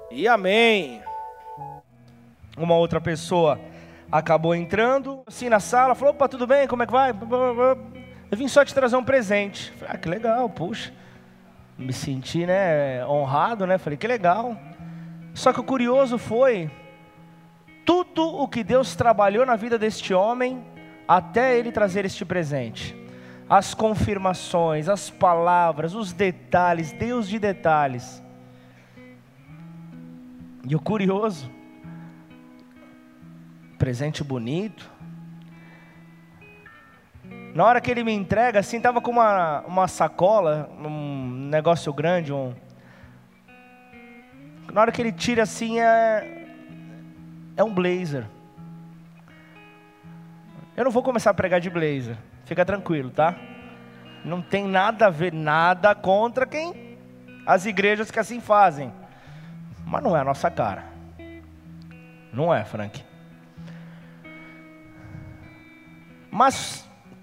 E amém. Uma outra pessoa acabou entrando assim na sala, falou: opa, tudo bem, como é que vai? Eu vim só te trazer um presente. Falei: ah, que legal, puxa. Me senti, honrado, Falei: que legal. Só que o curioso foi tudo o que Deus trabalhou na vida deste homem até ele trazer este presente. As confirmações, as palavras, os detalhes, Deus de detalhes. E o curioso, presente bonito. Na hora que ele me entrega, assim, tava com uma sacola, um negócio grande, na hora que ele tira assim, é um blazer. Eu não vou começar a pregar de blazer, fica tranquilo, tá? Não tem nada a ver, nada contra as igrejas que assim fazem. Mas não é a nossa cara. Não é, Frank. Mas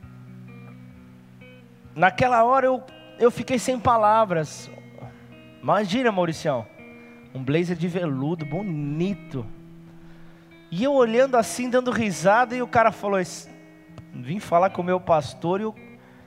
naquela hora eu fiquei sem palavras. Imagina, Mauricião, um blazer de veludo, bonito. E eu olhando assim, dando risada, e o cara falou: vim falar com o meu pastor e o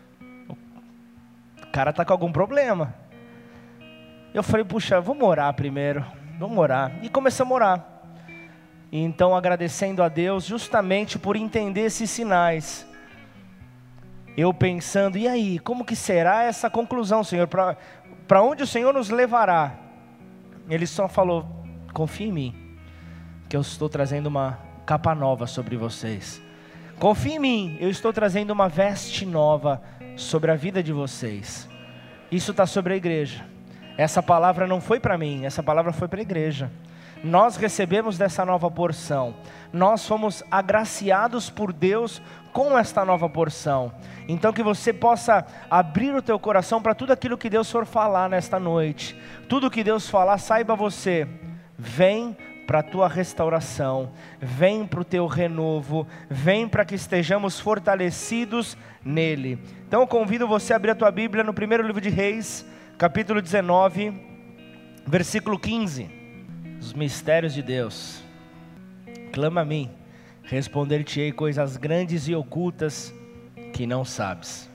cara tá com algum problema. Eu falei: puxa, vamos orar primeiro, vamos orar. E começamos a orar. E então, agradecendo a Deus justamente por entender esses sinais. Eu pensando: e aí, como que será essa conclusão, Senhor? Para onde o Senhor nos levará? Ele só falou: confia em mim, que eu estou trazendo uma capa nova sobre vocês. Confia em mim, eu estou trazendo uma veste nova sobre a vida de vocês. Isso está sobre a igreja. Essa palavra não foi para mim, essa palavra foi para a igreja. Nós recebemos dessa nova porção. Nós fomos agraciados por Deus com esta nova porção. Então que você possa abrir o teu coração para tudo aquilo que Deus for falar nesta noite. Tudo que Deus falar, saiba você, vem para a tua restauração, vem para o teu renovo, vem para que estejamos fortalecidos nele. Então eu convido você a abrir a tua Bíblia no primeiro livro de Reis, capítulo 19, versículo 15. Os mistérios de Deus. Clama a mim, responder-te-ei coisas grandes e ocultas que não sabes.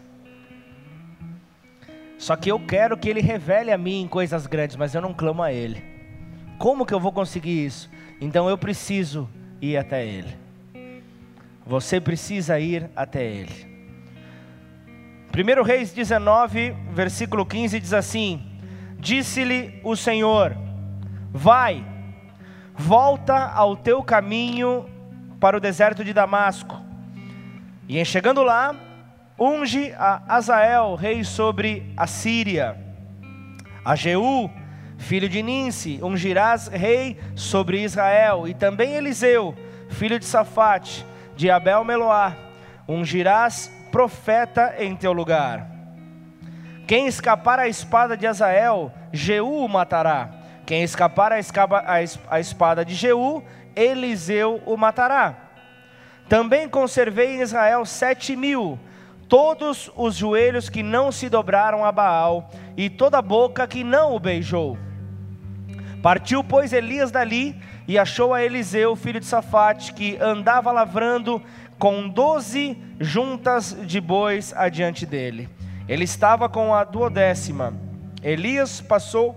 Só que eu quero que Ele revele a mim coisas grandes, mas eu não clamo a Ele. Como que eu vou conseguir isso? Então eu preciso ir até Ele. Você precisa ir até Ele. 1 Reis 19, versículo 15 diz assim: disse-lhe o Senhor: vai, volta ao teu caminho para o deserto de Damasco, e em chegando lá, unge a Azael, rei sobre a Síria. A Jeú, filho de Ninsi, ungirás rei sobre Israel. E também Eliseu, filho de Safate, de Abel-Meloá, ungirás profeta em teu lugar. Quem escapar à espada de Azael, Jeú o matará. Quem escapar à espada de Jeú, Eliseu o matará. Também conservei em Israel 7.000, todos os joelhos que não se dobraram a Baal, e toda a boca que não o beijou. Partiu, pois, Elias dali, e achou a Eliseu, filho de Safate, que andava lavrando com 12 juntas de bois adiante dele. Ele estava com a 12ª. Elias passou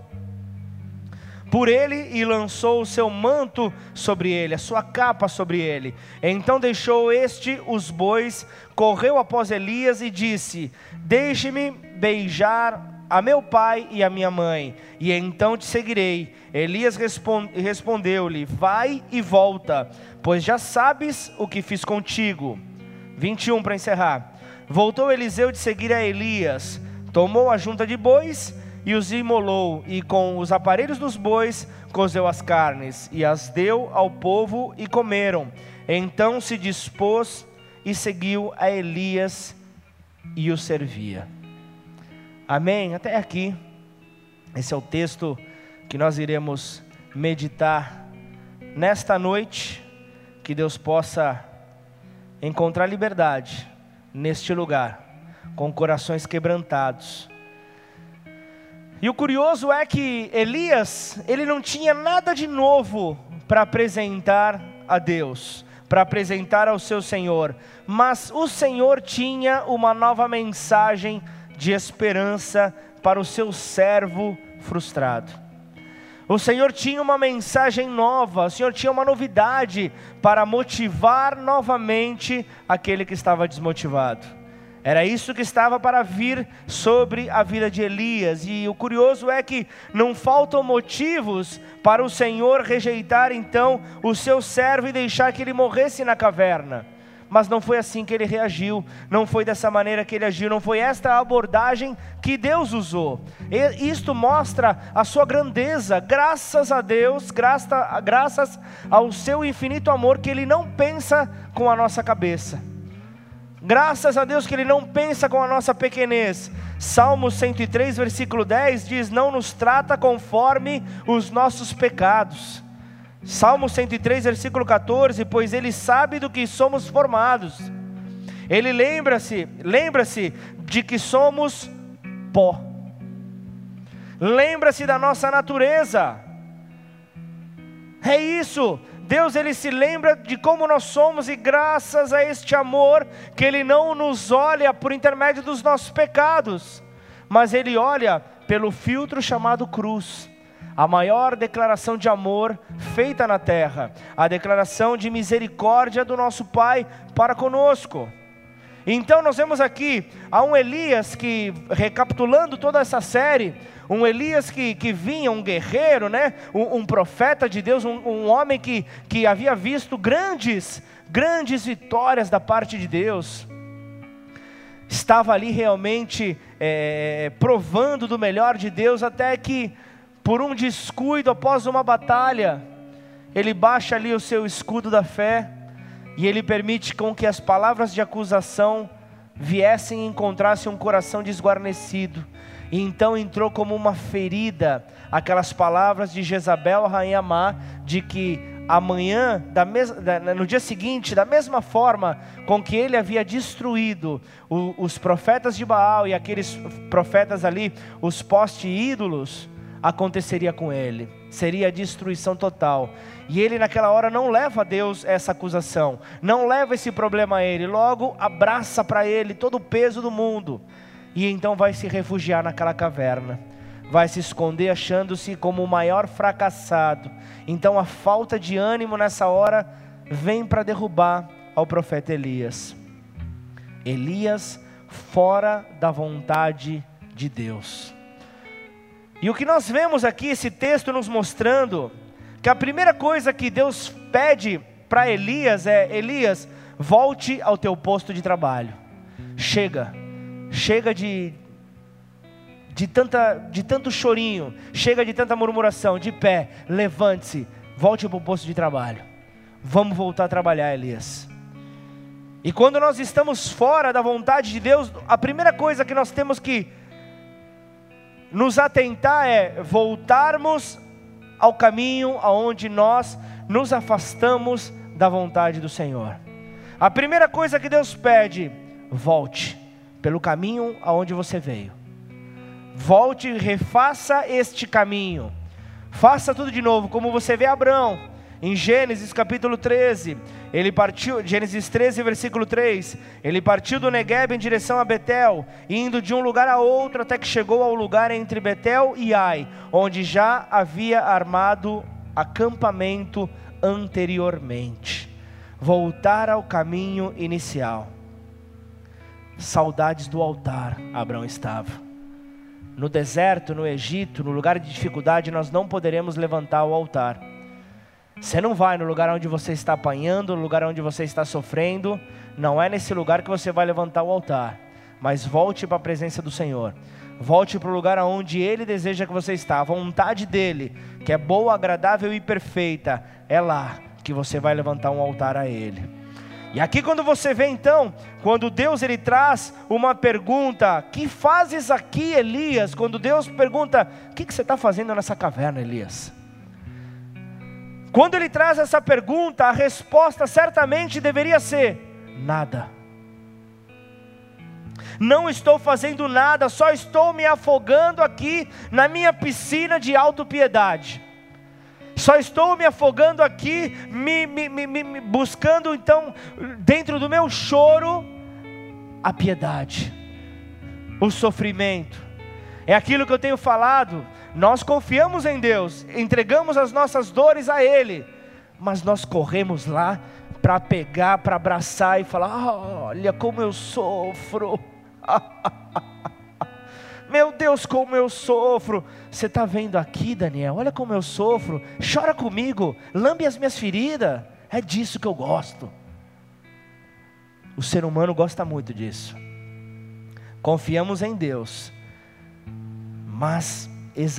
por ele e lançou o seu manto sobre ele, a sua capa sobre ele. Então deixou este os bois, correu após Elias e disse: deixe-me beijar a meu pai e a minha mãe, e então te seguirei. Elias respondeu-lhe: vai e volta, pois já sabes o que fiz contigo. 21 para encerrar. Voltou Eliseu de seguir a Elias, tomou a junta de bois e os imolou, e com os aparelhos dos bois cozeu as carnes, e as deu ao povo, e comeram. Então se dispôs e seguiu a Elias e o servia. Amém? Até aqui, esse é o texto que nós iremos meditar nesta noite. Que Deus possa encontrar liberdade neste lugar, com corações quebrantados. E o curioso é que Elias, ele não tinha nada de novo para apresentar a Deus, para apresentar ao seu Senhor, mas o Senhor tinha uma nova mensagem de esperança para o seu servo frustrado. O Senhor tinha uma mensagem nova, o Senhor tinha uma novidade para motivar novamente aquele que estava desmotivado. Era isso que estava para vir sobre a vida de Elias. E o curioso é que não faltam motivos para o Senhor rejeitar então o seu servo e deixar que ele morresse na caverna. Mas não foi assim que ele reagiu, não foi dessa maneira que ele agiu, não foi esta a abordagem que Deus usou. E isto mostra a sua grandeza, graças a Deus, graças ao seu infinito amor, que ele não pensa com a nossa cabeça. Graças a Deus que Ele não pensa com a nossa pequenez. Salmo 103, versículo 10 diz: não nos trata conforme os nossos pecados. Salmo 103, versículo 14: pois Ele sabe do que somos formados. Ele lembra-se de que somos pó. Lembra-se da nossa natureza. É isso. Deus, Ele se lembra de como nós somos, e graças a este amor, que Ele não nos olha por intermédio dos nossos pecados, mas Ele olha pelo filtro chamado cruz, a maior declaração de amor feita na terra, a declaração de misericórdia do nosso Pai para conosco. Então nós vemos aqui a um Elias que, recapitulando toda essa série, um Elias que vinha, um guerreiro, né? um profeta de Deus, um homem que havia visto grandes vitórias da parte de Deus, estava ali realmente provando do melhor de Deus, até que por um descuido após uma batalha, ele baixa ali o seu escudo da fé, e ele permite com que as palavras de acusação viessem e encontrassem um coração desguarnecido. E então entrou como uma ferida aquelas palavras de Jezabel, a rainha má, de que amanhã, no dia seguinte, da mesma forma com que ele havia destruído os profetas de Baal e aqueles profetas ali, os poste-ídolos, aconteceria com ele, seria a destruição total. E ele naquela hora não leva a Deus essa acusação, não leva esse problema a ele, logo abraça para ele todo o peso do mundo, e então vai se refugiar naquela caverna, vai se esconder achando-se como o maior fracassado. Então a falta de ânimo nessa hora vem para derrubar ao profeta Elias. Elias fora da vontade de Deus. E o que nós vemos aqui, esse texto nos mostrando, que a primeira coisa que Deus pede para Elias é: Elias, volte ao teu posto de trabalho. Chega de tanto chorinho, chega de tanta murmuração, de pé, levante-se, volte para o posto de trabalho. Vamos voltar a trabalhar, Elias. E quando nós estamos fora da vontade de Deus, a primeira coisa que nós temos que nos atentar é voltarmos ao caminho aonde nós nos afastamos da vontade do Senhor. A primeira coisa que Deus pede: volte pelo caminho aonde você veio. Volte e refaça este caminho. Faça tudo de novo, como você vê Abraão em Gênesis capítulo 13, ele partiu, Gênesis 13 versículo 3, ele partiu do Neguebe em direção a Betel, indo de um lugar a outro, até que chegou ao lugar entre Betel e Ai, onde já havia armado acampamento anteriormente. Voltar ao caminho inicial. Saudades do altar, Abraão estava. No deserto, no Egito, no lugar de dificuldade, nós não poderemos levantar o altar. Você não vai no lugar onde você está apanhando, no lugar onde você está sofrendo, não é nesse lugar que você vai levantar o altar. Mas volte para a presença do Senhor, volte para o lugar onde Ele deseja que você está, a vontade dEle, que é boa, agradável e perfeita, é lá que você vai levantar um altar a Ele. E aqui quando você vê então, quando Deus ele traz uma pergunta: que fazes aqui, Elias? Quando Deus pergunta: o que você está fazendo nessa caverna, Elias? Quando ele traz essa pergunta, a resposta certamente deveria ser: nada. não estou fazendo nada, só estou me afogando aqui na minha piscina de autopiedade. Só estou me afogando aqui, me buscando então, dentro do meu choro, a piedade, o sofrimento. É aquilo que eu tenho falado, nós confiamos em Deus, entregamos as nossas dores a Ele, mas nós corremos lá para pegar, para abraçar e falar: olha como eu sofro, meu Deus, como eu sofro. Você está vendo aqui, Daniel? Olha como eu sofro. Chora comigo, lambe as minhas feridas. É disso que eu gosto. O ser humano gosta muito disso. Confiamos em Deus, mas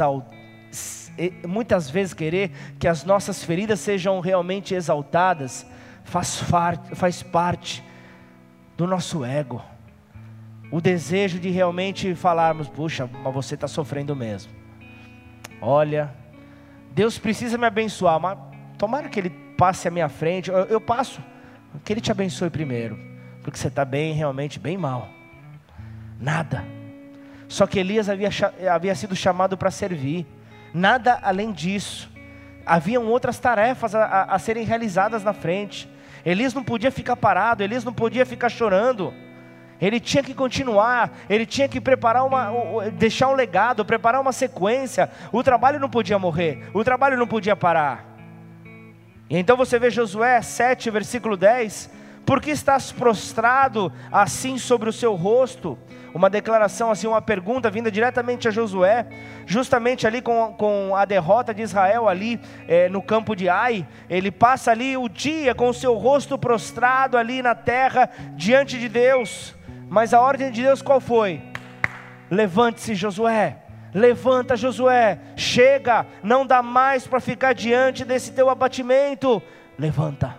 muitas vezes querer que as nossas feridas sejam realmente exaltadas faz parte do nosso ego. O desejo de realmente falarmos: puxa, mas você está sofrendo mesmo. Olha, Deus precisa me abençoar, mas tomara que Ele passe à minha frente. Eu passo, que Ele te abençoe primeiro, porque você está bem, realmente bem mal. Nada. Só que Elias havia sido chamado para servir. Nada além disso. Haviam outras tarefas a serem realizadas na frente. Elias não podia ficar parado, Elias não podia ficar chorando. Ele tinha que continuar, ele tinha que preparar deixar um legado, preparar uma sequência. O trabalho não podia morrer, o trabalho não podia parar. E então você vê Josué 7, versículo 10: por que estás prostrado assim sobre o seu rosto? Uma declaração assim, uma pergunta vinda diretamente a Josué, justamente ali com a derrota de Israel ali no campo de Ai. Ele passa ali o dia com o seu rosto prostrado ali na terra, diante de Deus. Mas a ordem de Deus qual foi? Levante-se, Josué. Levanta, Josué. Chega, não dá mais para ficar diante desse teu abatimento. Levanta.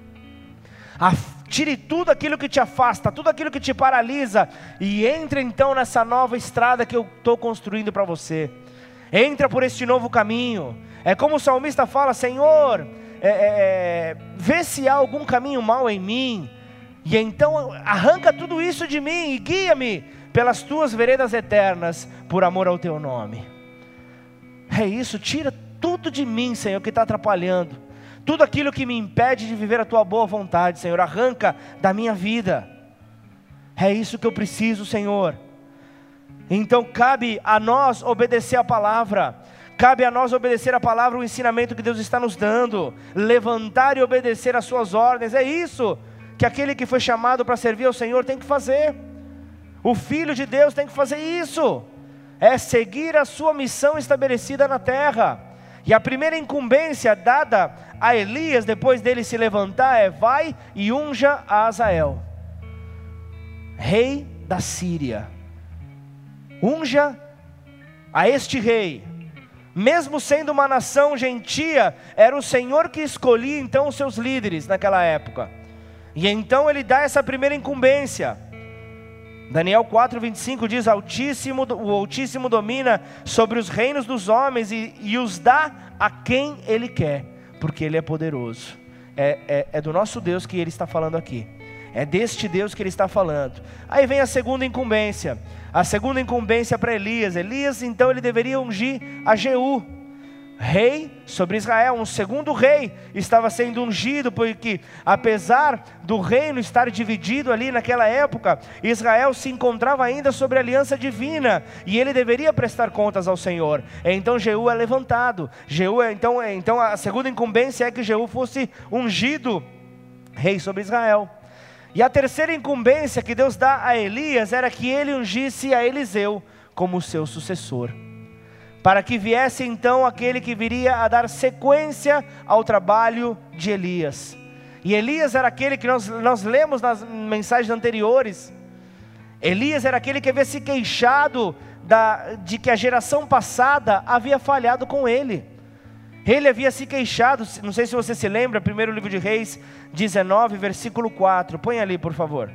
Tire tudo aquilo que te afasta, tudo aquilo que te paralisa, e entre então nessa nova estrada que eu estou construindo para você. Entra por este novo caminho. É como o salmista fala: Senhor, vê se há algum caminho mau em mim, e então arranca tudo isso de mim e guia-me pelas tuas veredas eternas, por amor ao teu nome. É isso, tira tudo de mim, Senhor, que está atrapalhando. Tudo aquilo que me impede de viver a tua boa vontade, Senhor, arranca da minha vida. É isso que eu preciso, Senhor. Então cabe a nós obedecer a palavra. Cabe a nós obedecer a palavra, o ensinamento que Deus está nos dando. Levantar e obedecer as suas ordens. É isso que aquele que foi chamado para servir ao Senhor tem que fazer. O Filho de Deus tem que fazer isso. É seguir a sua missão estabelecida na terra. E a primeira incumbência dada a Elias, depois dele se levantar, é: vai e unja a Azael, rei da Síria. Unja a este rei. Mesmo sendo uma nação gentia, era o Senhor que escolhia então os seus líderes naquela época. E então ele dá essa primeira incumbência. Daniel 4:25 diz: o Altíssimo domina sobre os reinos dos homens e os dá a quem Ele quer, porque Ele é poderoso. É do nosso Deus que Ele está falando aqui. É deste Deus que Ele está falando. Aí vem a segunda incumbência. A segunda incumbência para Elias. Elias então ele deveria ungir a Jeú, rei sobre Israel. Um segundo rei estava sendo ungido, porque apesar do reino estar dividido ali naquela época, Israel se encontrava ainda sobre a aliança divina, e ele deveria prestar contas ao Senhor. Então Jeú é levantado. Então a segunda incumbência é que Jeú fosse ungido rei sobre Israel. E a terceira incumbência que Deus dá a Elias era que ele ungisse a Eliseu como seu sucessor, para que viesse então aquele que viria a dar sequência ao trabalho de Elias. E Elias era aquele que nós lemos nas mensagens anteriores. Elias era aquele que havia se queixado de que a geração passada havia falhado com ele. Ele havia se queixado, não sei se você se lembra, 1º livro de Reis 19, versículo 4. Põe ali, por favor.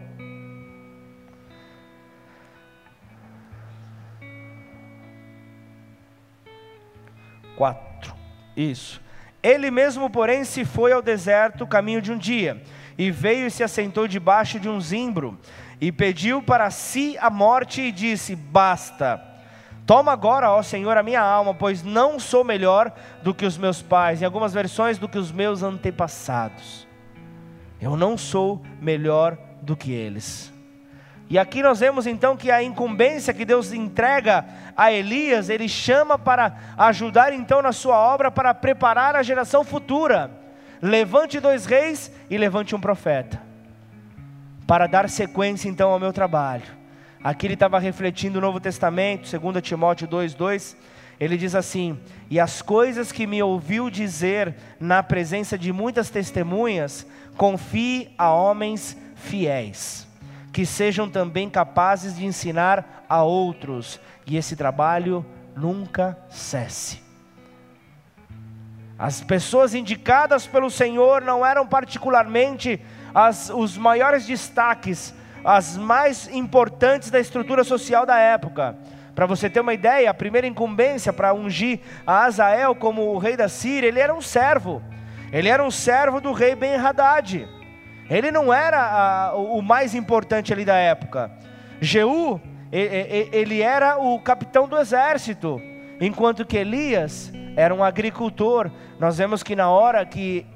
Isso. Ele mesmo, porém, se foi ao deserto caminho de um dia, e veio e se assentou debaixo de um zimbro, e pediu para si a morte e disse: basta, toma agora, ó Senhor, a minha alma, pois não sou melhor do que os meus pais, em algumas versões do que os meus antepassados. Eu não sou melhor do que eles. E aqui nós vemos então que a incumbência que Deus entrega a Elias, Ele chama para ajudar então na sua obra, para preparar a geração futura. Levante 2 reis e levante um profeta, para dar sequência então ao meu trabalho. Aqui ele estava refletindo o Novo Testamento, 2 Timóteo 2:2, ele diz assim: e as coisas que me ouviu dizer na presença de muitas testemunhas, confie a homens fiéis, que sejam também capazes de ensinar a outros, e esse trabalho nunca cesse. As pessoas indicadas pelo Senhor não eram particularmente os maiores destaques, as mais importantes da estrutura social da época. Para você ter uma ideia, a primeira incumbência para ungir a Azael como o rei da Síria, ele era um servo do rei Ben-Hadad. Ele não era o mais importante ali da época. Jeú, ele era o capitão do exército, enquanto que Elias era um agricultor. Nós vemos que na hora que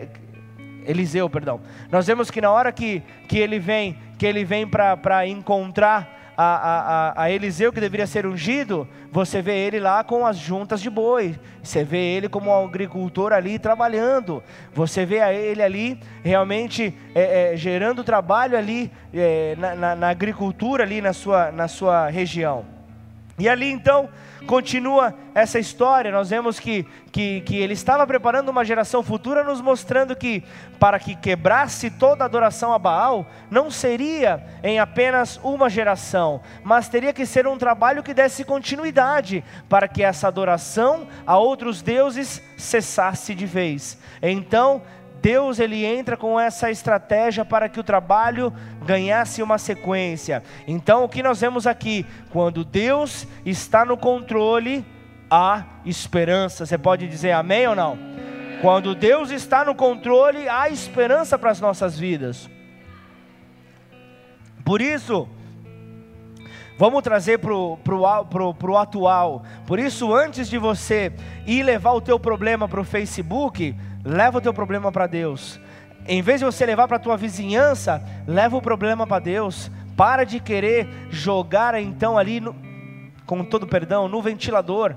nós vemos que na hora que ele vem para encontrar a Eliseu, que deveria ser ungido, você vê ele lá com as juntas de boi, você vê ele como um agricultor ali trabalhando, você vê ele ali realmente gerando trabalho ali na agricultura ali na sua região. E ali então continua essa história. Nós vemos que ele estava preparando uma geração futura, nos mostrando que para que quebrasse toda a adoração a Baal, não seria em apenas uma geração, mas teria que ser um trabalho que desse continuidade, para que essa adoração a outros deuses cessasse de vez. Então Deus, ele entra com essa estratégia para que o trabalho ganhasse uma sequência. Então o que nós vemos aqui? Quando Deus está no controle, há esperança. Você pode dizer amém ou não? Quando Deus está no controle, há esperança para as nossas vidas. Por isso, vamos trazer para o atual. Por isso, antes de você ir levar o teu problema para o Facebook, leva o teu problema para Deus. Em vez de você levar para a tua vizinhança, leva o problema para Deus. Para de querer jogar então ali, com todo perdão, no ventilador.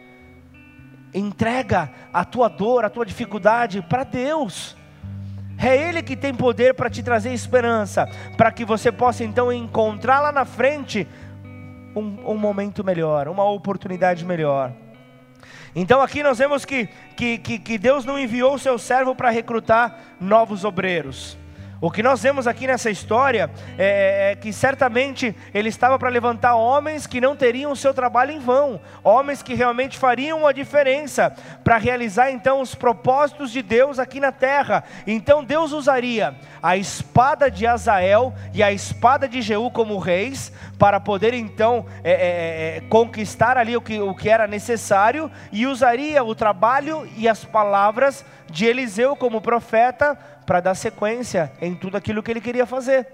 Entrega a tua dor, a tua dificuldade para Deus. É Ele que tem poder para te trazer esperança, para que você possa então encontrar lá na frente um momento melhor, uma oportunidade melhor. Então aqui nós vemos que Deus não enviou o seu servo para recrutar novos obreiros. O que nós vemos aqui nessa história é que certamente ele estava para levantar homens que não teriam o seu trabalho em vão, homens que realmente fariam a diferença, para realizar então os propósitos de Deus aqui na terra. Então Deus usaria a espada de Azael e a espada de Jeú como reis, para poder então conquistar ali o que era necessário, e usaria o trabalho e as palavras de Eliseu como profeta, para dar sequência em tudo aquilo que ele queria fazer.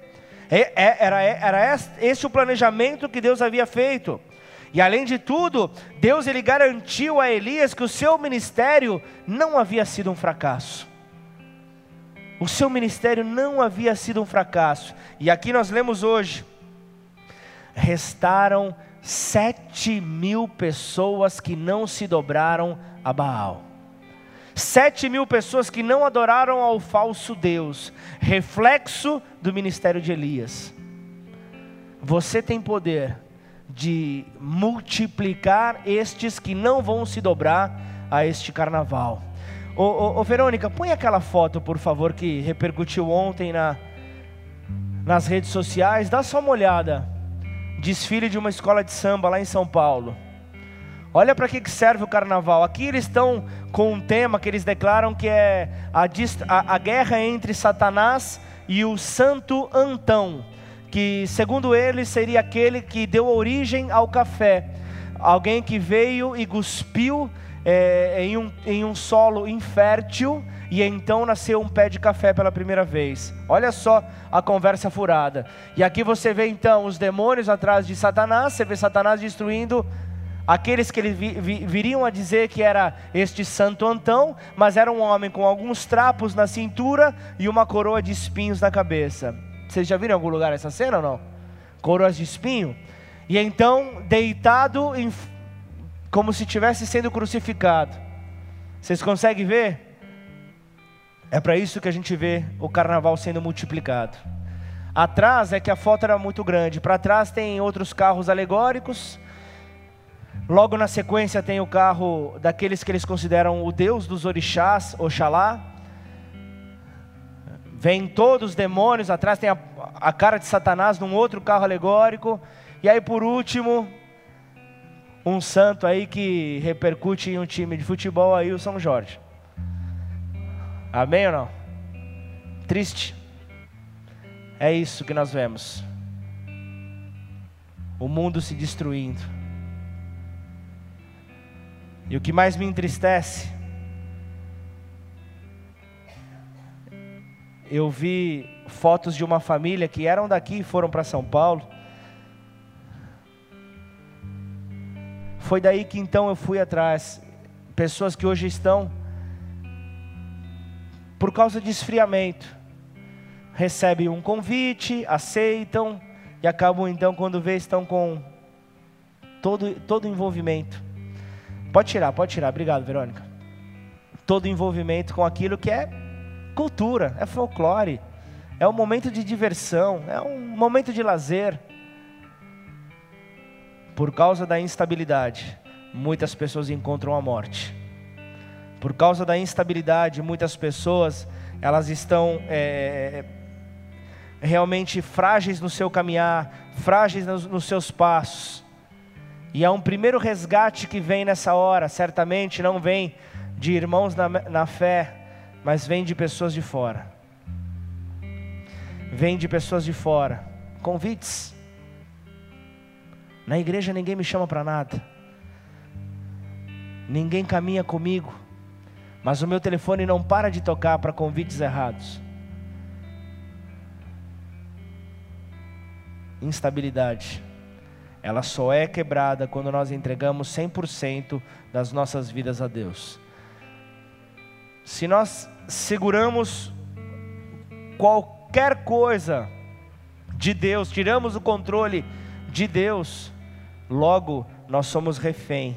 Era esse o planejamento que Deus havia feito. E além de tudo, Deus ele garantiu a Elias que o seu ministério não havia sido um fracasso. O seu ministério não havia sido um fracasso. E aqui nós lemos hoje: restaram 7.000 pessoas que não se dobraram a Baal. 7.000 pessoas que não adoraram ao falso Deus, reflexo do ministério de Elias. Você tem poder de multiplicar estes que não vão se dobrar a este carnaval. Verônica, põe aquela foto por favor que repercutiu ontem nas redes sociais. Dá só uma olhada. Desfile de uma escola de samba lá em São Paulo. Olha para que serve o carnaval. Aqui eles estão com um tema que eles declaram que é a guerra entre Satanás e o Santo Antão, que segundo eles seria aquele que deu origem ao café. Alguém que veio e cuspiu em um solo infértil, e então nasceu um pé de café pela primeira vez. Olha só a conversa furada. E aqui você vê então os demônios atrás de Satanás, você vê Satanás destruindo aqueles que ele viriam a dizer que era este Santo Antão, mas era um homem com alguns trapos na cintura e uma coroa de espinhos na cabeça. Vocês já viram em algum lugar essa cena ou não? Coroas de espinho. E então deitado como se estivesse sendo crucificado. Vocês conseguem ver? É para isso que a gente vê o carnaval sendo multiplicado. Atrás é que a foto era muito grande. Para trás tem outros carros alegóricos. Logo na sequência tem o carro daqueles que eles consideram o Deus dos orixás, Oxalá. Vem todos os demônios. Atrás tem a cara de Satanás num outro carro alegórico. E aí por último, um santo aí que repercute em um time de futebol aí, o São Jorge. Amém ou não? Triste. É isso que nós vemos. O mundo se destruindo. E o que mais me entristece, eu vi fotos de uma família que eram daqui e foram para São Paulo. Foi daí que então eu fui atrás. Pessoas que hoje estão, por causa de esfriamento, recebem um convite, aceitam e acabam então, quando vê, estão com todo envolvimento. Pode tirar, obrigado, Verônica. Todo envolvimento com aquilo que é cultura, é folclore, é um momento de diversão, é um momento de lazer. Por causa da instabilidade, muitas pessoas encontram a morte. Por causa da instabilidade, muitas pessoas, elas estão realmente frágeis no seu caminhar, frágeis nos seus passos. E há um primeiro resgate que vem nessa hora, certamente não vem de irmãos na fé, mas vem de pessoas de fora. Vem de pessoas de fora, convites. Na igreja ninguém me chama para nada, ninguém caminha comigo, mas o meu telefone não para de tocar para convites errados. Instabilidade, ela só é quebrada quando nós entregamos 100% das nossas vidas a Deus. Se nós seguramos qualquer coisa de Deus, tiramos o controle de Deus, logo nós somos refém.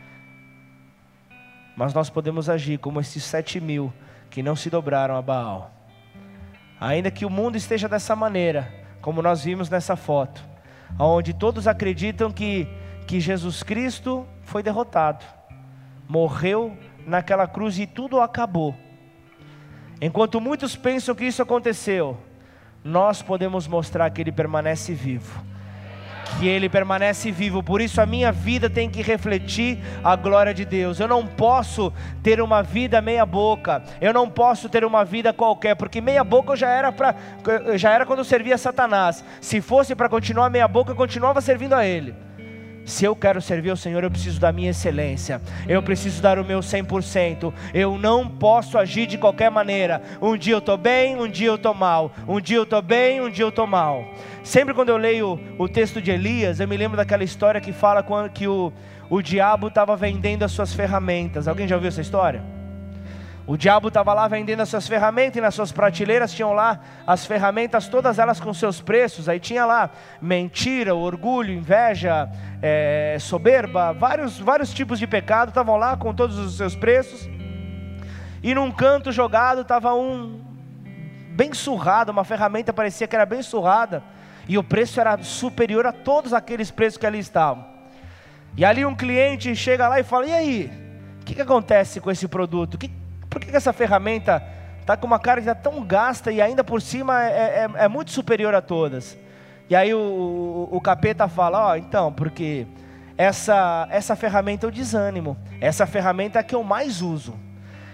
Mas nós podemos agir como esses 7.000 que não se dobraram a Baal. Ainda que o mundo esteja dessa maneira, como nós vimos nessa foto, onde todos acreditam que Jesus Cristo foi derrotado, morreu naquela cruz e tudo acabou. Enquanto muitos pensam que isso aconteceu, nós podemos mostrar que Ele permanece vivo. Que Ele permanece vivo, por isso a minha vida tem que refletir a glória de Deus. Eu não posso ter uma vida meia boca, eu não posso ter uma vida qualquer, porque meia boca eu já era quando eu servia a Satanás. Se fosse para continuar meia boca, eu continuava servindo a ele. Se eu quero servir ao Senhor, eu preciso da minha excelência, eu preciso dar o meu 100%, eu não posso agir de qualquer maneira. Um dia eu estou bem, um dia eu estou mal, um dia eu estou bem, um dia eu estou mal. Sempre quando eu leio o texto de Elias, eu me lembro daquela história que fala que o diabo estava vendendo as suas ferramentas. Alguém já ouviu essa história? O diabo estava lá vendendo as suas ferramentas, e nas suas prateleiras tinham lá as ferramentas, todas elas com seus preços. Aí tinha lá mentira, orgulho, inveja, soberba, vários tipos de pecado estavam lá com todos os seus preços. E num canto jogado estava um bem surrado, uma ferramenta parecia que era bem surrada, e o preço era superior a todos aqueles preços que ali estavam. E ali um cliente chega lá e fala: e aí, o que acontece com esse produto? Por que essa ferramenta está com uma cara já tão gasta e ainda por cima é muito superior a todas? E aí o capeta fala: então, porque essa ferramenta é o desânimo, essa ferramenta é a que eu mais uso.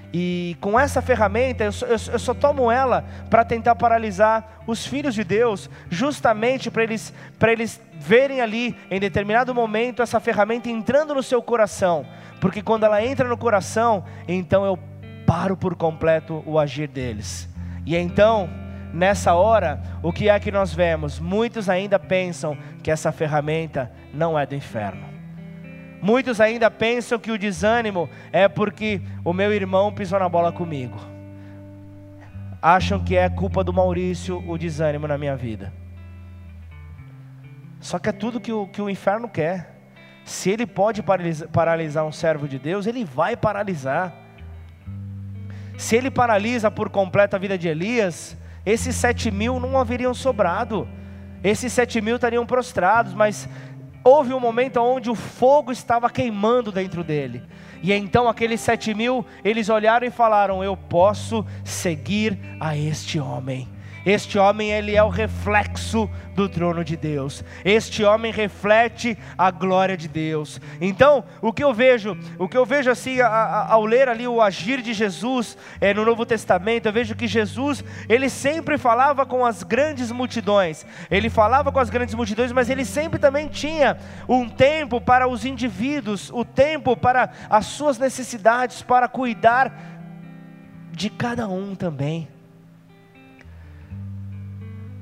E com essa ferramenta, eu só tomo ela para tentar paralisar os filhos de Deus, justamente para eles verem ali, em determinado momento, essa ferramenta entrando no seu coração. Porque quando ela entra no coração, então eu paro por completo o agir deles. E então, nessa hora, o que é que nós vemos? Muitos ainda pensam que essa ferramenta não é do inferno. Muitos ainda pensam que o desânimo é porque o meu irmão pisou na bola comigo. Acham que é culpa do Maurício o desânimo na minha vida. Só que é tudo que o inferno quer. Se ele pode paralisar um servo de Deus, ele vai paralisar. Se ele paralisa por completo a vida de Elias, esses 7.000 não haveriam sobrado. Esses 7.000 estariam prostrados, mas houve um momento onde o fogo estava queimando dentro dele. E então aqueles 7.000, eles olharam e falaram: eu posso seguir a este homem. Este homem, ele é o reflexo do trono de Deus. Este homem reflete a glória de Deus. Então, o que eu vejo assim, ao ler ali o agir de Jesus no Novo Testamento, eu vejo que Jesus, ele sempre falava com as grandes multidões. Ele falava com as grandes multidões, mas ele sempre também tinha um tempo para os indivíduos, o tempo para as suas necessidades, para cuidar de cada um também.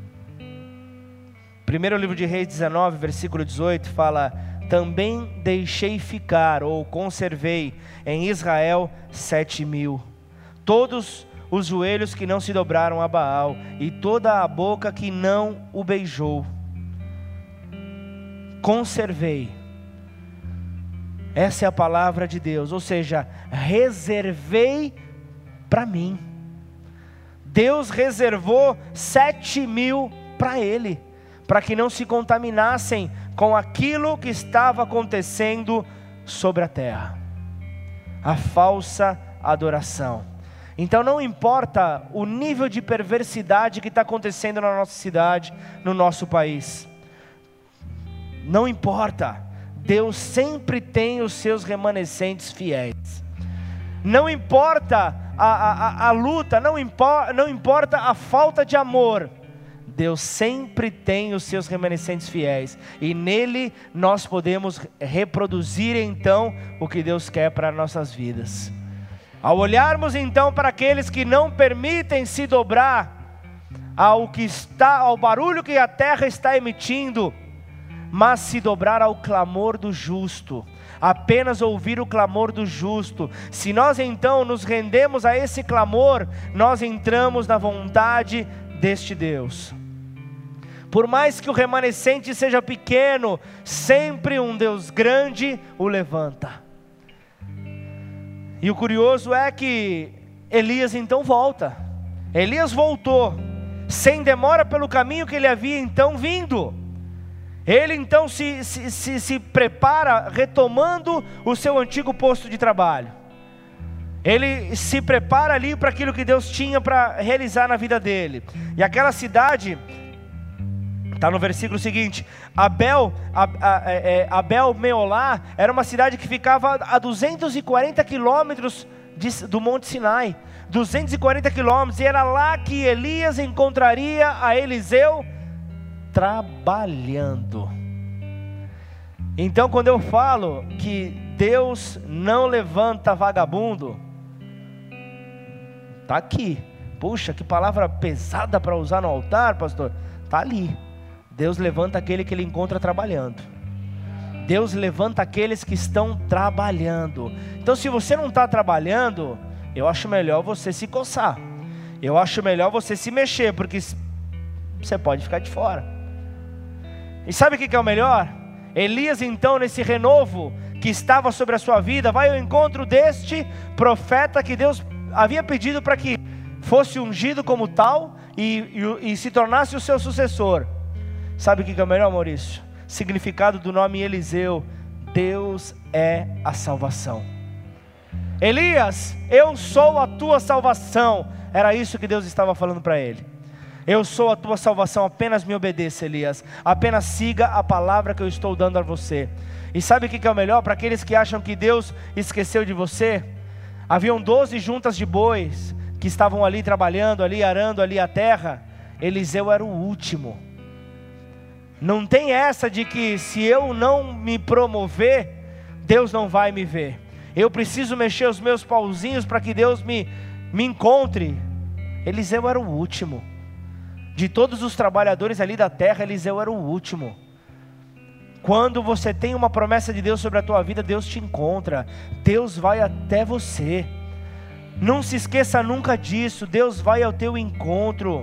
Primeiro livro de Reis 19, versículo 18, fala: também deixei ficar, ou conservei, em Israel 7.000, todos os joelhos que não se dobraram a Baal, e toda a boca que não o beijou. Conservei. Essa é a palavra de Deus, ou seja, reservei para mim. Deus reservou 7.000 para ele, para que não se contaminassem com aquilo que estava acontecendo sobre a terra, a falsa adoração. Então não importa o nível de perversidade que está acontecendo na nossa cidade, no nosso país, não importa, Deus sempre tem os seus remanescentes fiéis. Não importa a luta, não importa a falta de amor, Deus sempre tem os seus remanescentes fiéis, e nele nós podemos reproduzir então o que Deus quer para nossas vidas. Ao olharmos então para aqueles que não permitem se dobrar ao barulho que a terra está emitindo, mas se dobrar ao clamor do justo, apenas ouvir o clamor do justo, se nós então nos rendemos a esse clamor, nós entramos na vontade deste Deus. Por mais que o remanescente seja pequeno, sempre um Deus grande o levanta. E o curioso é que Elias então volta. Elias voltou, sem demora, pelo caminho que ele havia então vindo. Ele então se prepara, retomando o seu antigo posto de trabalho. Ele se prepara ali para aquilo que Deus tinha para realizar na vida dele. E aquela cidade, está no versículo seguinte, Abel Meolá era uma cidade que ficava a 240 quilômetros do Monte Sinai, 240 quilômetros, e era lá que Elias encontraria a Eliseu trabalhando. Então quando eu falo que Deus não levanta vagabundo, está aqui. Puxa, que palavra pesada para usar no altar, pastor. Está ali. Deus levanta aquele que ele encontra trabalhando. Deus levanta aqueles que estão trabalhando. Então se você não está trabalhando, eu acho melhor você se coçar. Eu acho melhor você se mexer, porque você pode ficar de fora. E sabe o que é o melhor? Elias então, nesse renovo que estava sobre a sua vida, vai ao encontro deste profeta que Deus havia pedido para que fosse ungido como tal e se tornasse o seu sucessor. Sabe o que é o melhor, Maurício? Significado do nome Eliseu: Deus é a salvação. Elias, eu sou a tua salvação. Era isso que Deus estava falando para ele. Eu sou a tua salvação, apenas me obedeça, Elias. Apenas siga a palavra que eu estou dando a você. E sabe o que é o melhor? Para aqueles que acham que Deus esqueceu de você, Haviam 12 juntas de bois que estavam ali trabalhando, ali arando ali a terra. Eliseu era o último. Não tem essa de que se eu não me promover, Deus não vai me ver. Eu preciso mexer os meus pauzinhos para que Deus me encontre. Eliseu era o último. De todos os trabalhadores ali da terra, Eliseu era o último. Quando você tem uma promessa de Deus sobre a tua vida, Deus te encontra. Deus vai até você. Não se esqueça nunca disso. Deus vai ao teu encontro.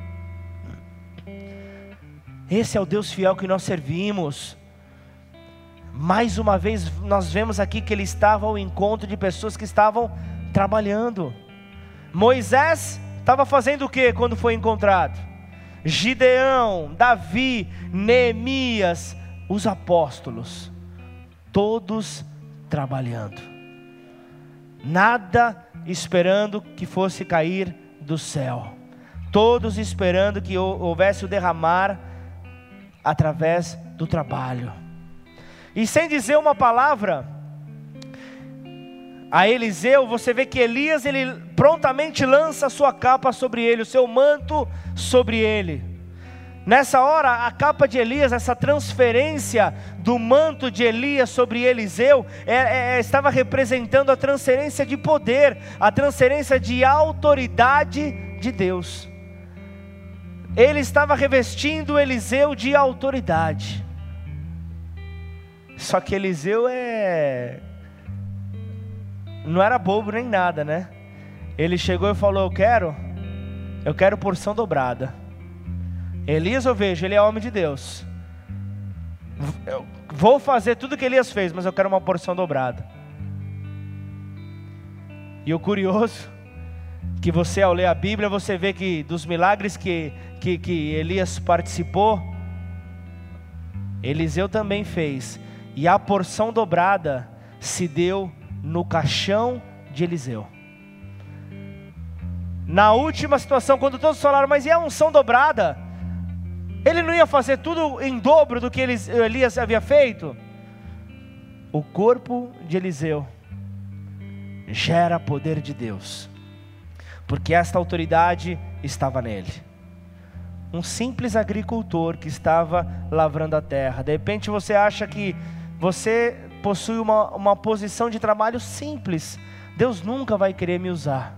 Esse é o Deus fiel que nós servimos. Mais uma vez nós vemos aqui que ele estava ao encontro de pessoas que estavam trabalhando. Moisés estava fazendo o que quando foi encontrado? Gideão, Davi, Neemias, os apóstolos, todos trabalhando. Nada esperando que fosse cair do céu. Todos esperando que houvesse o derramar através do trabalho. E sem dizer uma palavra a Eliseu, você vê que Elias, ele prontamente lança a sua capa sobre ele, o seu manto sobre ele. Nessa hora, a capa de Elias, essa transferência do manto de Elias sobre Eliseu, estava representando a transferência de poder, a transferência de autoridade de Deus. Ele estava revestindo Eliseu de autoridade. Só que Eliseu não era bobo nem nada, né? Ele chegou e falou: eu quero porção dobrada. Elias, eu vejo, ele é homem de Deus. Eu vou fazer tudo que Elias fez, mas eu quero uma porção dobrada. E o curioso, que você ao ler a Bíblia, você vê que dos milagres que Elias participou, Eliseu também fez. E a porção dobrada se deu no caixão de Eliseu. Na última situação, quando todos falaram: mas e a unção dobrada? Ele não ia fazer tudo em dobro do que Elias havia feito? O corpo de Eliseu gera poder de Deus, porque esta autoridade estava nele. Um simples agricultor que estava lavrando a terra. De repente você acha que você possui uma posição de trabalho simples. Deus nunca vai querer me usar.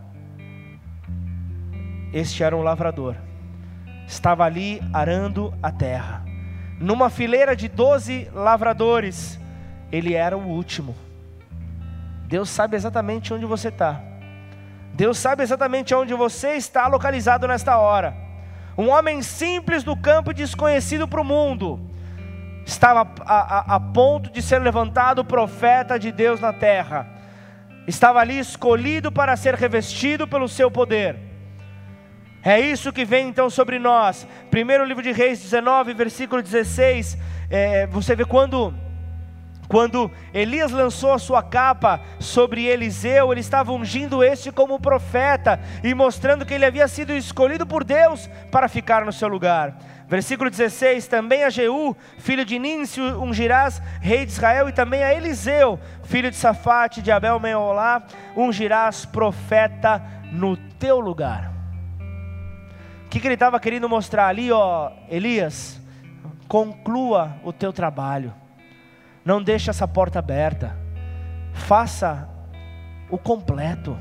Este era um lavrador. Estava ali arando a terra. Numa fileira de 12 lavradores, ele era o último. Deus sabe exatamente onde você está. Deus sabe exatamente onde você está localizado nesta hora. Um homem simples do campo, desconhecido para o mundo, estava a ponto de ser levantado profeta de Deus na terra. Estava ali escolhido para ser revestido pelo seu poder. É isso que vem então sobre nós. Primeiro livro de Reis 19, versículo 16. Você vê quando Elias lançou a sua capa sobre Eliseu, ele estava ungindo este como profeta e mostrando que ele havia sido escolhido por Deus para ficar no seu lugar. Versículo 16: também a Jeú, filho de Ninsi, ungirás rei de Israel, e também a Eliseu, filho de Safate, de Abel-Meolá, ungirás profeta no teu lugar. O que ele estava querendo mostrar ali, Elias? Conclua o teu trabalho. Não deixe essa porta aberta. Faça o completo.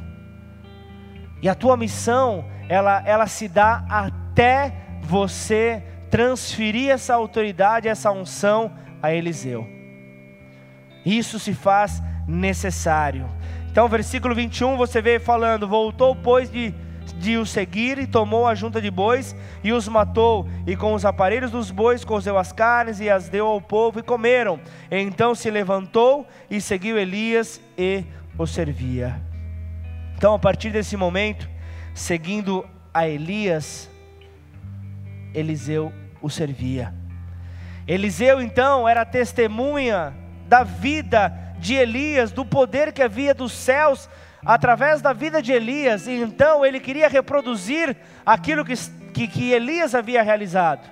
E a tua missão, ela se dá até você transferir essa autoridade, essa unção a Eliseu. Isso se faz necessário. Então versículo 21, você vê falando: voltou pois de o seguir, e tomou a junta de bois, e os matou, e com os aparelhos dos bois cozeu as carnes, e as deu ao povo, e comeram. Então se levantou, e seguiu Elias, e o servia. Então a partir desse momento, seguindo a Elias, Eliseu o servia. Eliseu então era testemunha da vida de Elias, do poder que havia dos céus através da vida de Elias. E então ele queria reproduzir aquilo que Elias havia realizado.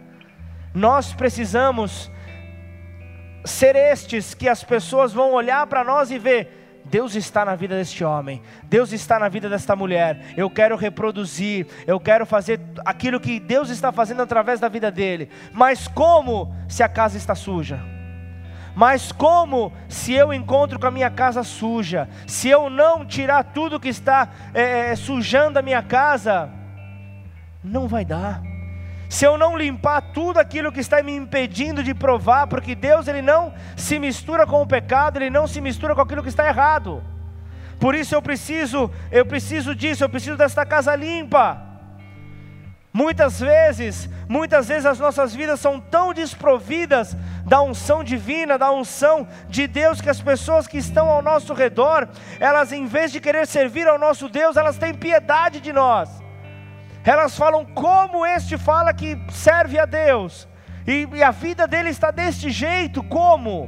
Nós precisamos ser estes que as pessoas vão olhar para nós e ver: Deus está na vida deste homem, Deus está na vida desta mulher, eu quero reproduzir, eu quero fazer aquilo que Deus está fazendo através da vida dele. Mas como se a casa está suja? Mas como se eu encontro com a minha casa suja? Se eu não tirar tudo que está sujando a minha casa, não vai dar. Se eu não limpar tudo aquilo que está me impedindo de provar, porque Deus, Ele não se mistura com o pecado, Ele não se mistura com aquilo que está errado. Por isso eu preciso disso, eu preciso desta casa limpa. Muitas vezes as nossas vidas são tão desprovidas da unção divina, da unção de Deus, que as pessoas que estão ao nosso redor, elas, em vez de querer servir ao nosso Deus, elas têm piedade de nós. Elas falam: como este fala que serve a Deus, e a vida dele está deste jeito, como?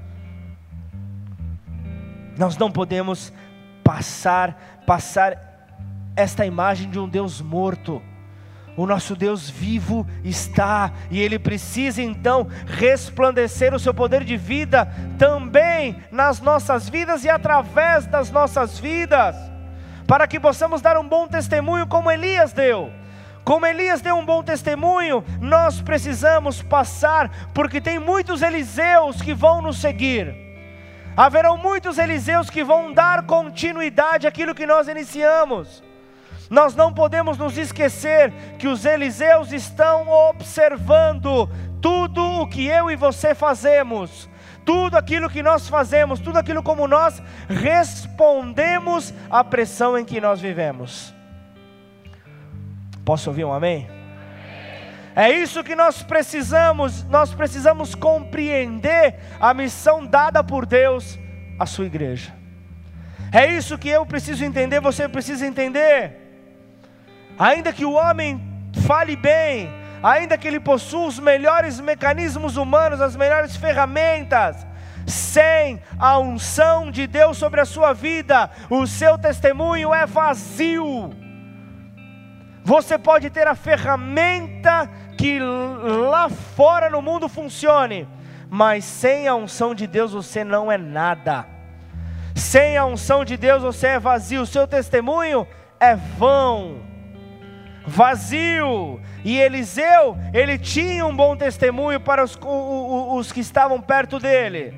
Nós não podemos passar esta imagem de um Deus morto. O nosso Deus vivo está, e Ele precisa então resplandecer o seu poder de vida também nas nossas vidas e através das nossas vidas, para que possamos dar um bom testemunho como Elias deu. Como Elias deu um bom testemunho, nós precisamos passar, porque tem muitos Eliseus que vão nos seguir. Haverão muitos Eliseus que vão dar continuidade àquilo que nós iniciamos. Nós não podemos nos esquecer que os Eliseus estão observando tudo o que eu e você fazemos, tudo aquilo que nós fazemos, tudo aquilo como nós respondemos à pressão em que nós vivemos. Posso ouvir um amém? É isso que nós precisamos compreender a missão dada por Deus à sua igreja. É isso que eu preciso entender, você precisa entender. Ainda que o homem fale bem, ainda que ele possua os melhores mecanismos humanos, as melhores ferramentas, sem a unção de Deus sobre a sua vida, o seu testemunho é vazio. Você pode ter a ferramenta que lá fora no mundo funcione, mas sem a unção de Deus você não é nada. Sem a unção de Deus você é vazio, o seu testemunho é vão, vazio. E Eliseu, ele tinha um bom testemunho para os que estavam perto dele.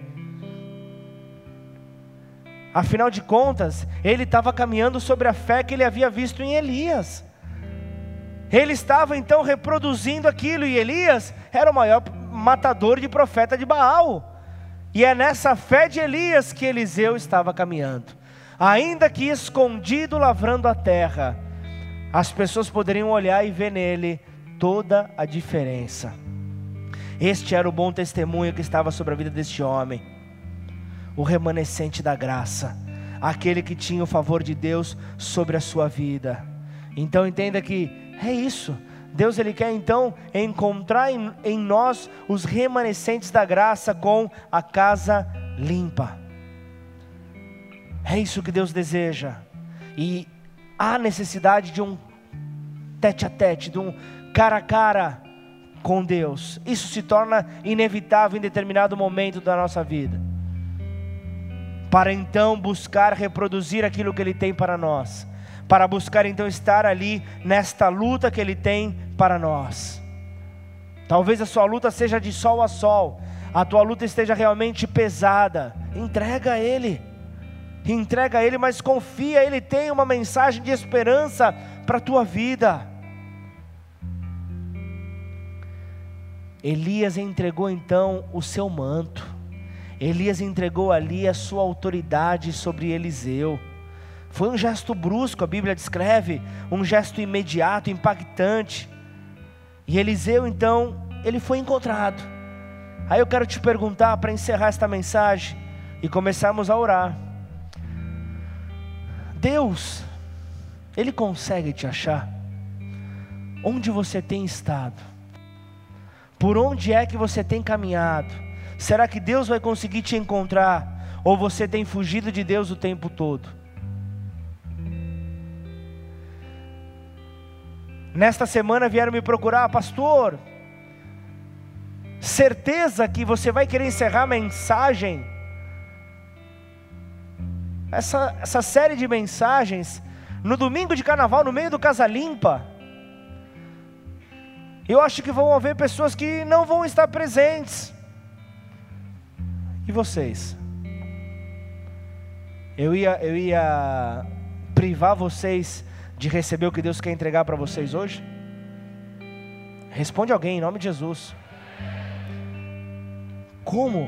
Afinal de contas, ele estava caminhando sobre a fé que ele havia visto em Elias. Ele estava então reproduzindo aquilo, e Elias era o maior matador de profeta de Baal. E é nessa fé de Elias que Eliseu estava caminhando. Ainda que escondido lavrando a terra, as pessoas poderiam olhar e ver nele toda a diferença. Este era o bom testemunho que estava sobre a vida deste homem, o remanescente da graça, aquele que tinha o favor de Deus sobre a sua vida. Então entenda que é isso, Deus ele quer então encontrar em nós os remanescentes da graça com a casa limpa. É isso que Deus deseja, e há necessidade de um tete a tete, de um cara a cara com Deus. Isso se torna inevitável em determinado momento da nossa vida, para então buscar reproduzir aquilo que Ele tem para nós, para buscar então estar ali nesta luta que Ele tem para nós. Talvez a sua luta seja de sol a sol, a tua luta esteja realmente pesada. Entrega a Ele, mas confia, Ele tem uma mensagem de esperança para a tua vida. Elias entregou então o seu manto, Elias entregou ali a sua autoridade sobre Eliseu. Foi um gesto brusco, a Bíblia descreve, um gesto imediato, impactante. E Eliseu então, ele foi encontrado. Aí eu quero te perguntar, para encerrar esta mensagem e começarmos a orar: Deus, Ele consegue te achar? Onde você tem estado? Por onde é que você tem caminhado? Será que Deus vai conseguir te encontrar? Ou você tem fugido de Deus o tempo todo? Nesta semana vieram me procurar: pastor, certeza que você vai querer encerrar a mensagem? essa série de mensagens no domingo de carnaval, no meio do Casa Limpa. Eu acho que vão haver pessoas que não vão estar presentes. E vocês? Eu ia privar vocês de receber o que Deus quer entregar para vocês hoje? Responde alguém em nome de Jesus. Como?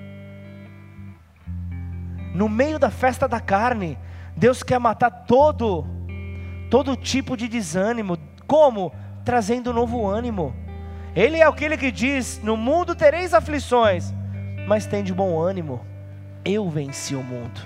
No meio da festa da carne, Deus quer matar todo tipo de desânimo. Como? Trazendo novo ânimo. Ele é aquele que diz: no mundo tereis aflições, mas tem de bom ânimo, eu venci o mundo.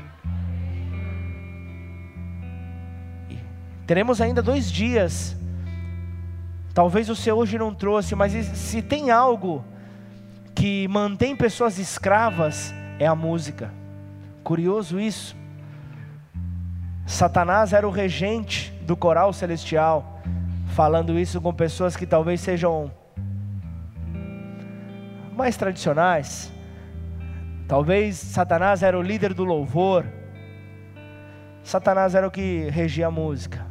Teremos ainda 2 dias. Talvez você hoje não trouxe, mas se tem algo que mantém pessoas escravas, é a música. Curioso isso. Satanás era o regente do coral celestial, falando isso com pessoas que talvez sejam mais tradicionais. Talvez Satanás era o líder do louvor. Satanás era o que regia a música.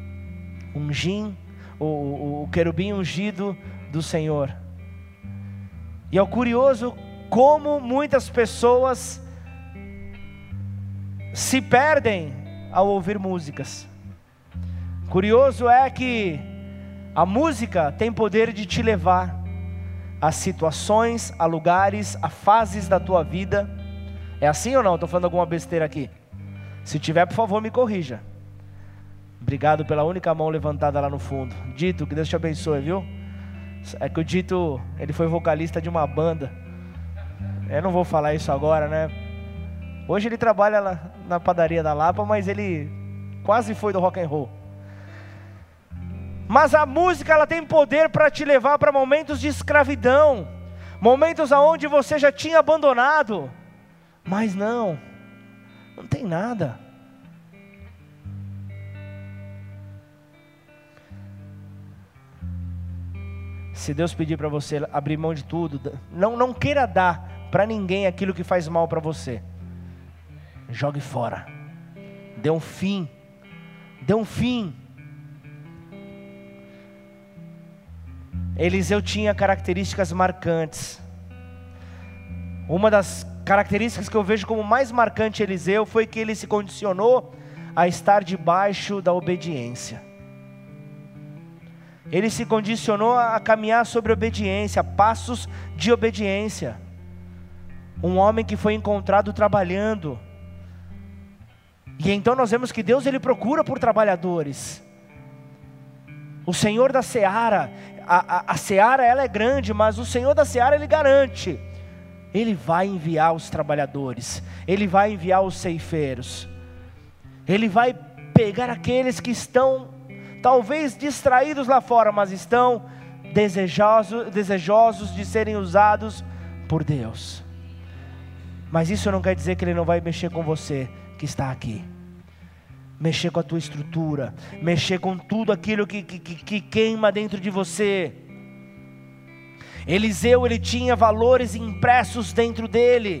O querubim ungido do Senhor. E é curioso como muitas pessoas se perdem ao ouvir músicas. Curioso é que a música tem poder de te levar a situações, a lugares, a fases da tua vida. É assim ou não? Estou falando alguma besteira aqui? Se tiver, por favor, me corrija. Obrigado pela única mão levantada lá no fundo. Dito, que Deus te abençoe, viu? É que o Dito, ele foi vocalista de uma banda. Eu não vou falar isso agora, né? Hoje ele trabalha lá na padaria da Lapa, mas ele quase foi do rock and roll. Mas a música, ela tem poder para te levar para momentos de escravidão, momentos aonde você já tinha abandonado, mas não tem nada. Se Deus pedir para você abrir mão de tudo, não queira dar para ninguém aquilo que faz mal para você. Jogue fora. Dê um fim. Eliseu tinha características marcantes. Uma das características que eu vejo como mais marcante Eliseu foi que ele se condicionou a estar debaixo da obediência. Ele se condicionou a caminhar sobre obediência, passos de obediência. Um homem que foi encontrado trabalhando. E então nós vemos que Deus, ele procura por trabalhadores. O Senhor da seara, a seara ela é grande, mas o Senhor da seara, ele garante. Ele vai enviar os trabalhadores, ele vai enviar os ceifeiros. Ele vai pegar aqueles que estão talvez distraídos lá fora, mas estão desejosos de serem usados por Deus. Mas isso não quer dizer que ele não vai mexer com você que está aqui. Mexer com a tua estrutura, mexer com tudo aquilo que queima dentro de você. Eliseu, ele tinha valores impressos dentro dele.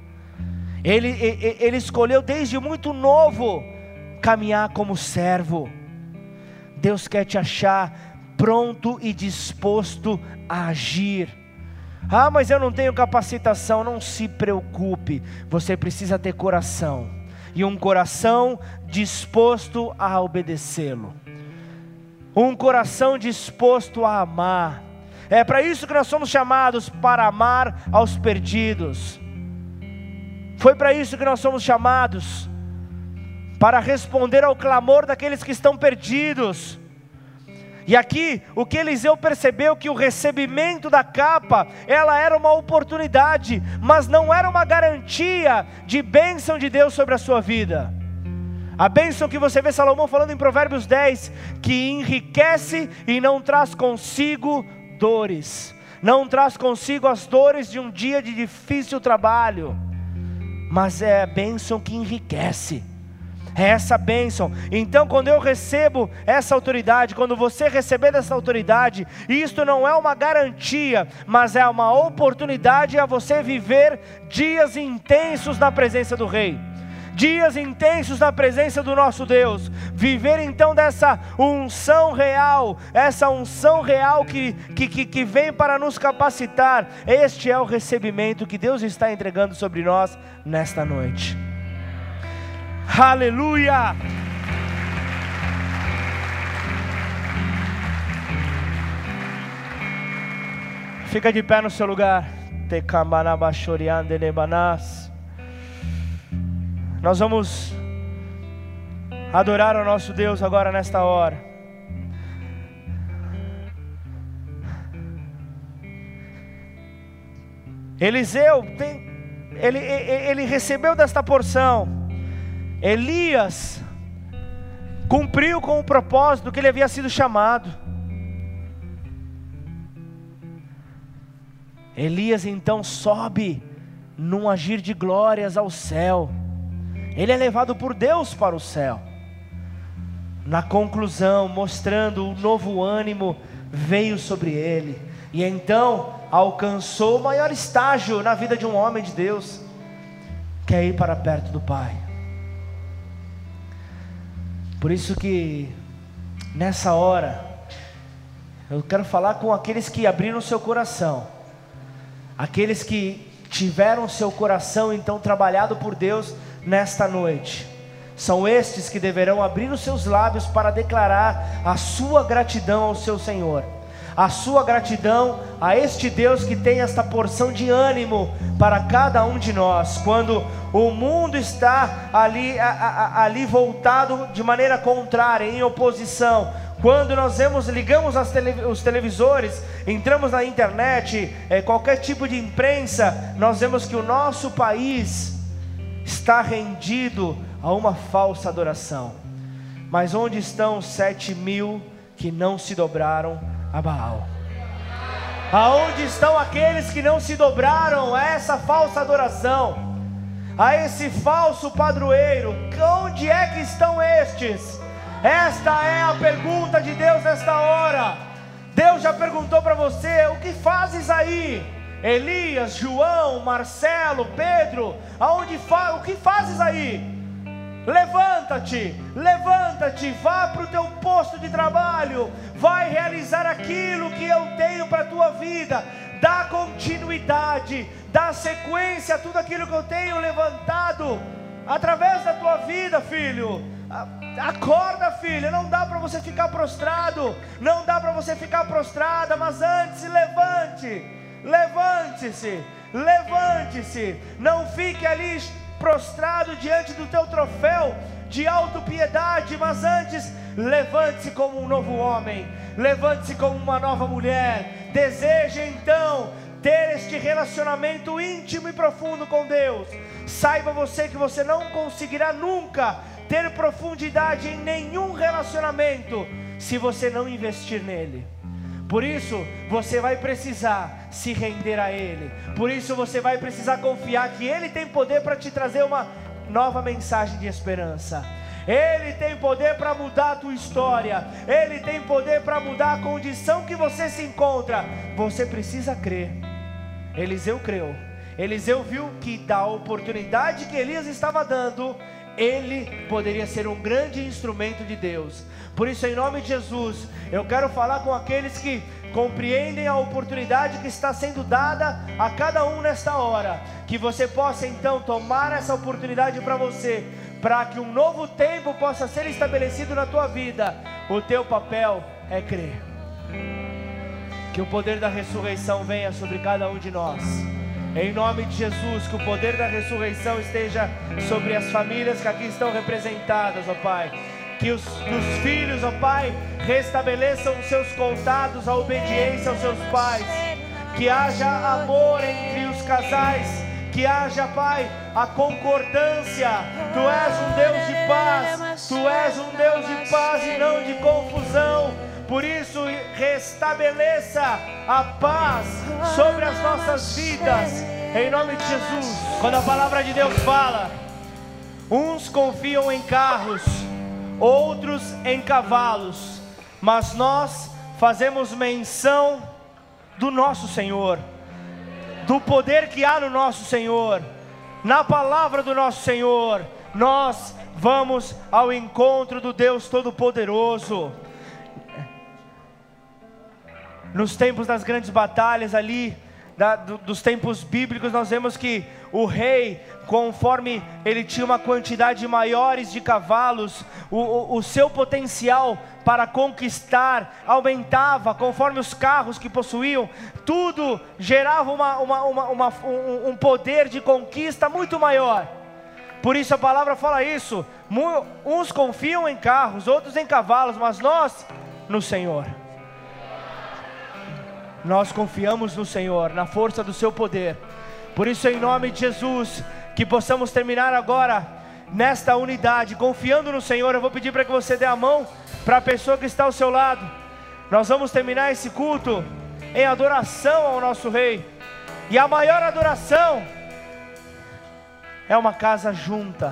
Ele escolheu desde muito novo caminhar como servo. Deus quer te achar pronto e disposto a agir. Ah, mas eu não tenho capacitação. Não se preocupe, você precisa ter coração. E um coração disposto a obedecê-lo. Um coração disposto a amar. É para isso que nós somos chamados, para amar aos perdidos. Foi para isso que nós somos chamados, para responder ao clamor daqueles que estão perdidos. E aqui, o que Eliseu percebeu, que o recebimento da capa, ela era uma oportunidade, mas não era uma garantia de bênção de Deus sobre a sua vida. A bênção que você vê Salomão falando em Provérbios 10, que enriquece e não traz consigo dores, não traz consigo as dores de um dia de difícil trabalho, mas é a bênção que enriquece. É essa bênção. Então quando eu recebo essa autoridade, quando você receber dessa autoridade, isto não é uma garantia, mas é uma oportunidade a você viver dias intensos na presença do Rei. dias intensos na presença do nosso Deus, viver então dessa unção real, essa unção real que vem para nos capacitar. Este é o recebimento que Deus está entregando sobre nós nesta noite. Aleluia! Fica de pé no seu lugar. Nós vamos adorar ao nosso Deus agora nesta hora. Eliseu, ele recebeu desta porção. Elias cumpriu com o propósito que ele havia sido chamado. Elias então sobe num agir de glórias ao céu. Ele é levado por Deus para o céu. Na conclusão, mostrando o novo ânimo, veio sobre ele. E então alcançou o maior estágio na vida de um homem de Deus, que é ir para perto do Pai. Por isso que nessa hora eu quero falar com aqueles que abriram seu coração, aqueles que tiveram seu coração então trabalhado por Deus nesta noite. São estes que deverão abrir os seus lábios para declarar a sua gratidão ao seu Senhor, a sua gratidão a este Deus que tem esta porção de ânimo para cada um de nós, quando o mundo está ali voltado de maneira contrária, em oposição. Quando nós ligamos os televisores, entramos na internet, qualquer tipo de imprensa, nós vemos que o nosso país está rendido a uma falsa adoração. Mas onde estão os 7.000 que não se dobraram a Baal? Aonde estão aqueles que não se dobraram a essa falsa adoração, a esse falso padroeiro? Onde é que estão estes? Esta é a pergunta de Deus nesta hora. Deus já perguntou para você: o que fazes aí? Elias, João, Marcelo, Pedro, o que fazes aí? Levanta-te, vá para o teu posto de trabalho, vai realizar aquilo que eu tenho para a tua vida, dá continuidade, dá sequência a tudo aquilo que eu tenho levantado através da tua vida, filho. Acorda, filha, não dá para você ficar prostrado, não dá para você ficar prostrada, mas antes levante-se, não fique ali prostrado diante do teu troféu de autopiedade, mas antes levante-se como um novo homem, levante-se como uma nova mulher. Deseje então ter este relacionamento íntimo e profundo com Deus. Saiba você que você não conseguirá nunca ter profundidade em nenhum relacionamento se você não investir nele. Por isso você vai precisar se render a Ele. Por isso você vai precisar confiar que Ele tem poder para te trazer uma nova mensagem de esperança. Ele tem poder para mudar a tua história. Ele tem poder para mudar a condição que você se encontra. Você precisa crer. Eliseu creu. Eliseu viu que da oportunidade que Elias estava dando, ele poderia ser um grande instrumento de Deus. Por isso, em nome de Jesus, eu quero falar com aqueles que compreendem a oportunidade que está sendo dada a cada um nesta hora, que você possa então tomar essa oportunidade para você, para que um novo tempo possa ser estabelecido na tua vida. O teu papel é crer. Que o poder da ressurreição venha sobre cada um de nós. Em nome de Jesus, que o poder da ressurreição esteja sobre as famílias que aqui estão representadas, ó Pai. Que os filhos, ó Pai, restabeleçam os seus contatos, a obediência aos seus pais. Que haja amor entre os casais. Que haja, Pai, a concordância. Tu és um Deus de paz. Tu és um Deus de paz e não de confusão. Por isso, restabeleça a paz sobre as nossas vidas, em nome de Jesus. Quando a palavra de Deus fala, uns confiam em carros, outros em cavalos, mas nós fazemos menção do nosso Senhor, do poder que há no nosso Senhor, na palavra do nosso Senhor, nós vamos ao encontro do Deus Todo-Poderoso. Nos tempos das grandes batalhas ali, dos tempos bíblicos, nós vemos que o rei, conforme ele tinha uma quantidade maiores de cavalos, o seu potencial para conquistar aumentava, conforme os carros que possuíam, tudo gerava um poder de conquista muito maior. Por isso a palavra fala isso, uns confiam em carros, outros em cavalos, mas nós no Senhor. Nós confiamos no Senhor, na força do seu poder. Por isso, em nome de Jesus, que possamos terminar agora nesta unidade, confiando no Senhor. Eu vou pedir para que você dê a mão para a pessoa que está ao seu lado. Nós vamos terminar esse culto em adoração ao nosso Rei. E a maior adoração é uma casa junta.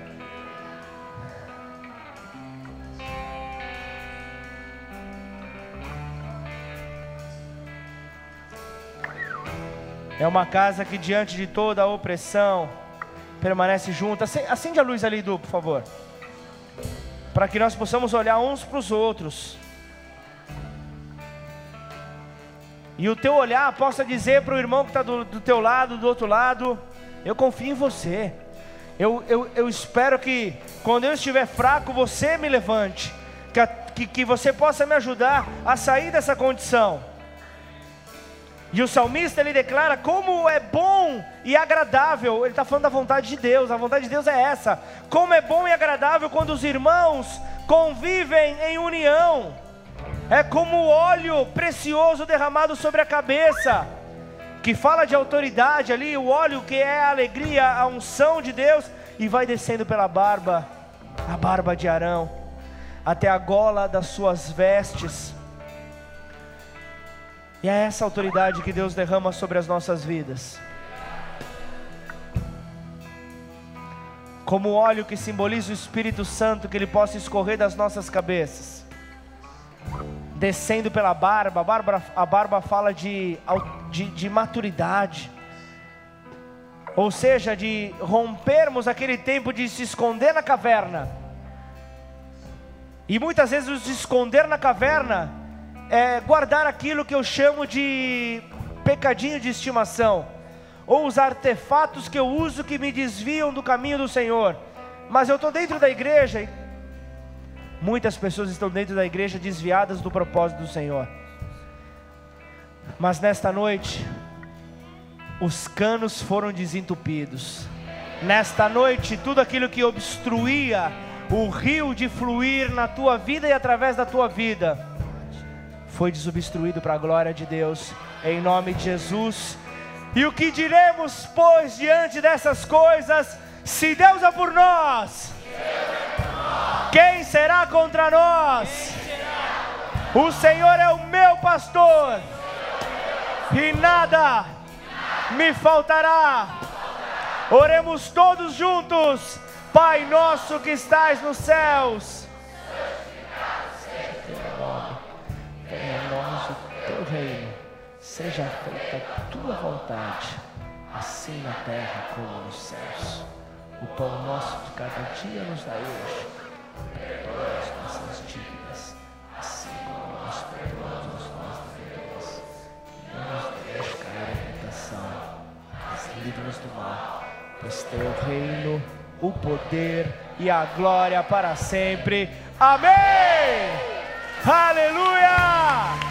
É uma casa que diante de toda a opressão permanece junta. Acende a luz ali, Du, por favor, para que nós possamos olhar uns para os outros, e o teu olhar possa dizer para o irmão que está do teu lado, do outro lado: eu confio em você. Eu espero que quando eu estiver fraco, você me levante, que você possa me ajudar a sair dessa condição. E o salmista, ele declara como é bom e agradável. Ele está falando da vontade de Deus. A vontade de Deus é essa: como é bom e agradável quando os irmãos convivem em união. É como o óleo precioso derramado sobre a cabeça, que fala de autoridade ali. O óleo que é a alegria, a unção de Deus, e vai descendo pela barba, a barba de Arão, até a gola das suas vestes. E é essa autoridade que Deus derrama sobre as nossas vidas. Como o óleo que simboliza o Espírito Santo, que ele possa escorrer das nossas cabeças, descendo pela barba. A barba fala de maturidade, ou seja, de rompermos aquele tempo de se esconder na caverna. E muitas vezes o se esconder na caverna é guardar aquilo que eu chamo de pecadinho de estimação, ou os artefatos que eu uso que me desviam do caminho do Senhor. Mas eu estou dentro da igreja, e muitas pessoas estão dentro da igreja desviadas do propósito do Senhor. Mas nesta noite, os canos foram desentupidos. Nesta noite, tudo aquilo que obstruía o rio de fluir na tua vida e através da tua vida foi desobstruído para a glória de Deus, em nome de Jesus. E o que diremos, pois, diante dessas coisas? Se Deus é por nós, quem será contra nós? O Senhor é o meu pastor, e nada me faltará. Oremos todos juntos. Pai nosso que estais nos céus, venha a nós o teu reino, seja feita a tua vontade, assim na terra como nos céus. O pão nosso de cada dia nos dai hoje, perdoa as nossas dívidas, assim como nós perdoamos os nossos devedores. Não nos deixes cair em tentação, mas livra-nos do mal, pois teu reino, o poder e a glória para sempre. Amém! Aleluia!